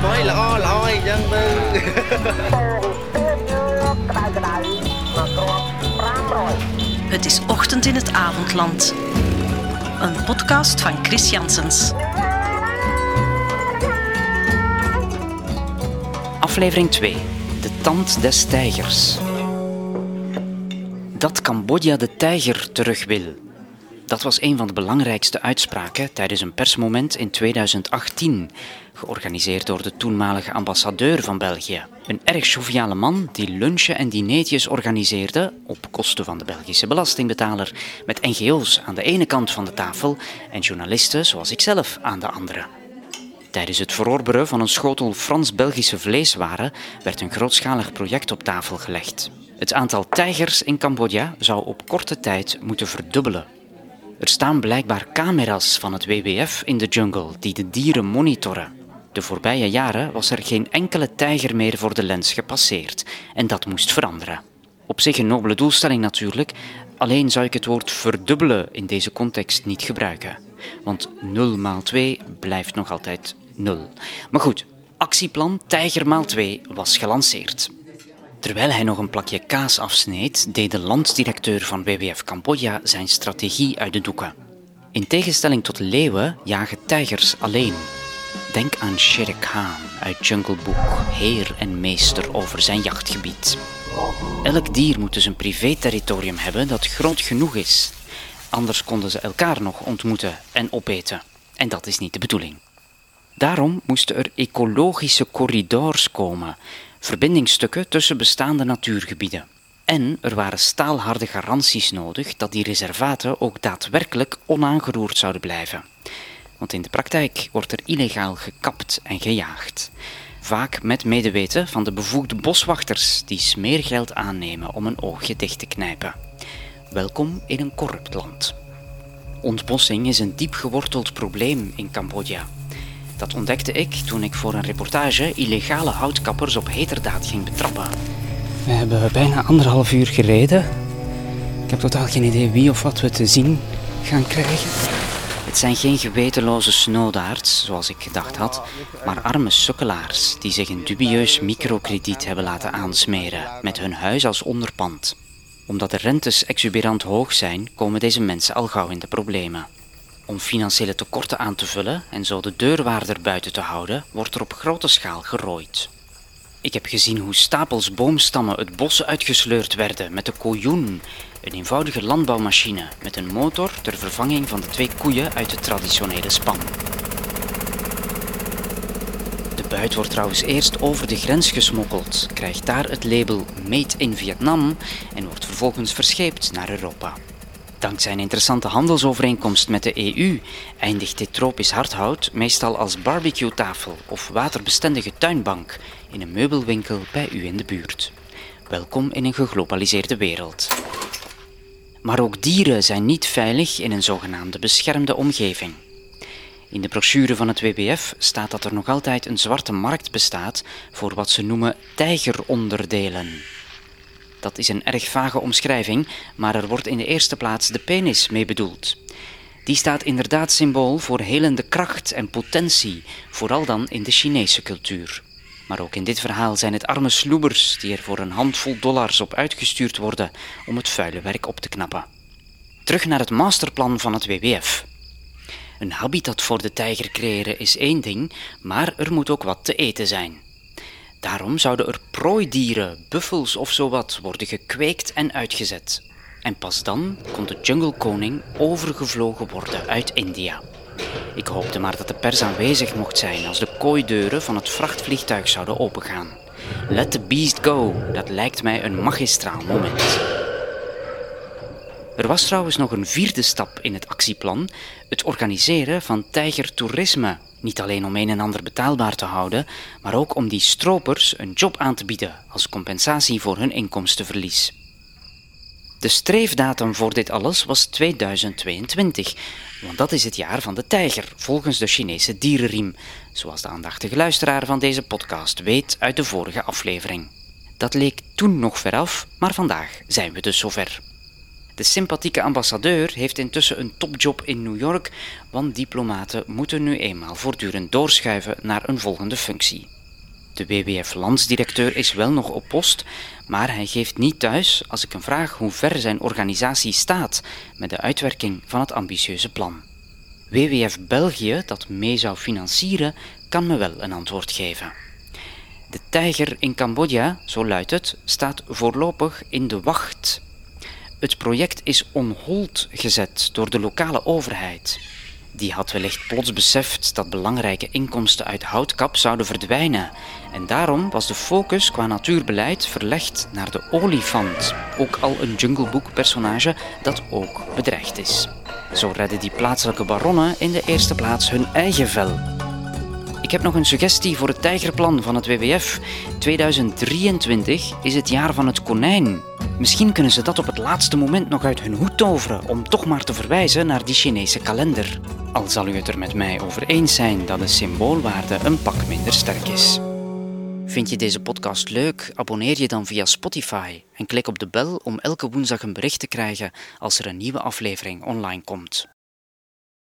Mooi, loi, dân tư. Het is ochtend in het avondland. Een podcast van Chris Janssens. Aflevering 2. De tand des tijgers. Dat Cambodja de tijger terug wil. Dat was een van de belangrijkste uitspraken tijdens een persmoment in 2018, georganiseerd door de toenmalige ambassadeur van België. Een erg joviale man die lunchen en dineetjes organiseerde, op kosten van de Belgische belastingbetaler, met NGO's aan de ene kant van de tafel en journalisten zoals ikzelf aan de andere. Tijdens het verorberen van een schotel Frans-Belgische vleeswaren werd een grootschalig project op tafel gelegd. Het aantal tijgers in Cambodja zou op korte tijd moeten verdubbelen. Er staan blijkbaar camera's van het WWF in de jungle die de dieren monitoren. De voorbije jaren was er geen enkele tijger meer voor de lens gepasseerd en dat moest veranderen. Op zich een nobele doelstelling natuurlijk, alleen zou ik het woord verdubbelen in deze context niet gebruiken. Want 0 maal 2 blijft nog altijd 0. Maar goed, actieplan Tijger maal 2 was gelanceerd. Terwijl hij nog een plakje kaas afsneed, deed de landsdirecteur van WWF Cambodja zijn strategie uit de doeken. In tegenstelling tot leeuwen jagen tijgers alleen. Denk aan Shere Khan uit Jungle Book, heer en meester over zijn jachtgebied. Elk dier moet dus een privé-territorium hebben dat groot genoeg is. Anders konden ze elkaar nog ontmoeten en opeten. En dat is niet de bedoeling. Daarom moesten er ecologische corridors komen, verbindingsstukken tussen bestaande natuurgebieden. En er waren staalharde garanties nodig dat die reservaten ook daadwerkelijk onaangeroerd zouden blijven. Want in de praktijk wordt er illegaal gekapt en gejaagd. Vaak met medeweten van de bevoegde boswachters die smeergeld aannemen om een oogje dicht te knijpen. Welkom in een corrupt land. Ontbossing is een diep geworteld probleem in Cambodja. Dat ontdekte ik toen ik voor een reportage illegale houtkappers op heterdaad ging betrappen. We hebben bijna 1,5 uur gereden. Ik heb totaal geen idee wie of wat we te zien gaan krijgen. Het zijn geen gewetenloze snoodaards, zoals ik gedacht had, maar arme sukkelaars die zich een dubieus microkrediet hebben laten aansmeren, met hun huis als onderpand. Omdat de rentes exuberant hoog zijn, komen deze mensen al gauw in de problemen. Om financiële tekorten aan te vullen en zo de deurwaarder buiten te houden, wordt er op grote schaal gerooid. Ik heb gezien hoe stapels boomstammen het bos uitgesleurd werden met de kojoen, een eenvoudige landbouwmachine met een motor ter vervanging van de 2 koeien uit de traditionele span. De buit wordt trouwens eerst over de grens gesmokkeld, krijgt daar het label Made in Vietnam en wordt vervolgens verscheept naar Europa. Dankzij een interessante handelsovereenkomst met de EU eindigt dit tropisch hardhout meestal als barbecuetafel of waterbestendige tuinbank in een meubelwinkel bij u in de buurt. Welkom in een geglobaliseerde wereld. Maar ook dieren zijn niet veilig in een zogenaamde beschermde omgeving. In de brochure van het WWF staat dat er nog altijd een zwarte markt bestaat voor wat ze noemen tijgeronderdelen. Dat is een erg vage omschrijving, maar er wordt in de eerste plaats de penis mee bedoeld. Die staat inderdaad symbool voor helende kracht en potentie, vooral dan in de Chinese cultuur. Maar ook in dit verhaal zijn het arme sloebers die er voor een handvol dollars op uitgestuurd worden om het vuile werk op te knappen. Terug naar het masterplan van het WWF. Een habitat voor de tijger creëren is één ding, maar er moet ook wat te eten zijn. Daarom zouden er prooidieren, buffels of zowat worden gekweekt en uitgezet. En pas dan kon de junglekoning overgevlogen worden uit India. Ik hoopte maar dat de pers aanwezig mocht zijn als de kooideuren van het vrachtvliegtuig zouden opengaan. Let the beast go, dat lijkt mij een magistraal moment. Er was trouwens nog een 4e stap in het actieplan, het organiseren van tijgertoerisme. Niet alleen om een en ander betaalbaar te houden, maar ook om die stropers een job aan te bieden als compensatie voor hun inkomstenverlies. De streefdatum voor dit alles was 2022, want dat is het jaar van de tijger, volgens de Chinese dierenriem, zoals de aandachtige luisteraar van deze podcast weet uit de vorige aflevering. Dat leek toen nog veraf, maar vandaag zijn we dus zover. De sympathieke ambassadeur heeft intussen een topjob in New York, want diplomaten moeten nu eenmaal voortdurend doorschuiven naar een volgende functie. De WWF-landsdirecteur is wel nog op post, maar hij geeft niet thuis als ik hem vraag hoe ver zijn organisatie staat met de uitwerking van het ambitieuze plan. WWF België, dat mee zou financieren, kan me wel een antwoord geven. De tijger in Cambodja, zo luidt het, staat voorlopig in de wacht. Het project is on hold gezet door de lokale overheid. Die had wellicht plots beseft dat belangrijke inkomsten uit houtkap zouden verdwijnen. En daarom was de focus qua natuurbeleid verlegd naar de olifant, ook al een Jungle Book-personage dat ook bedreigd is. Zo redden die plaatselijke baronnen in de eerste plaats hun eigen vel. Ik heb nog een suggestie voor het tijgerplan van het WWF. 2023 is het jaar van het konijn. Misschien kunnen ze dat op het laatste moment nog uit hun hoed toveren om toch maar te verwijzen naar die Chinese kalender. Al zal u het er met mij over eens zijn dat de symboolwaarde een pak minder sterk is. Vind je deze podcast leuk? Abonneer je dan via Spotify en klik op de bel om elke woensdag een bericht te krijgen als er een nieuwe aflevering online komt.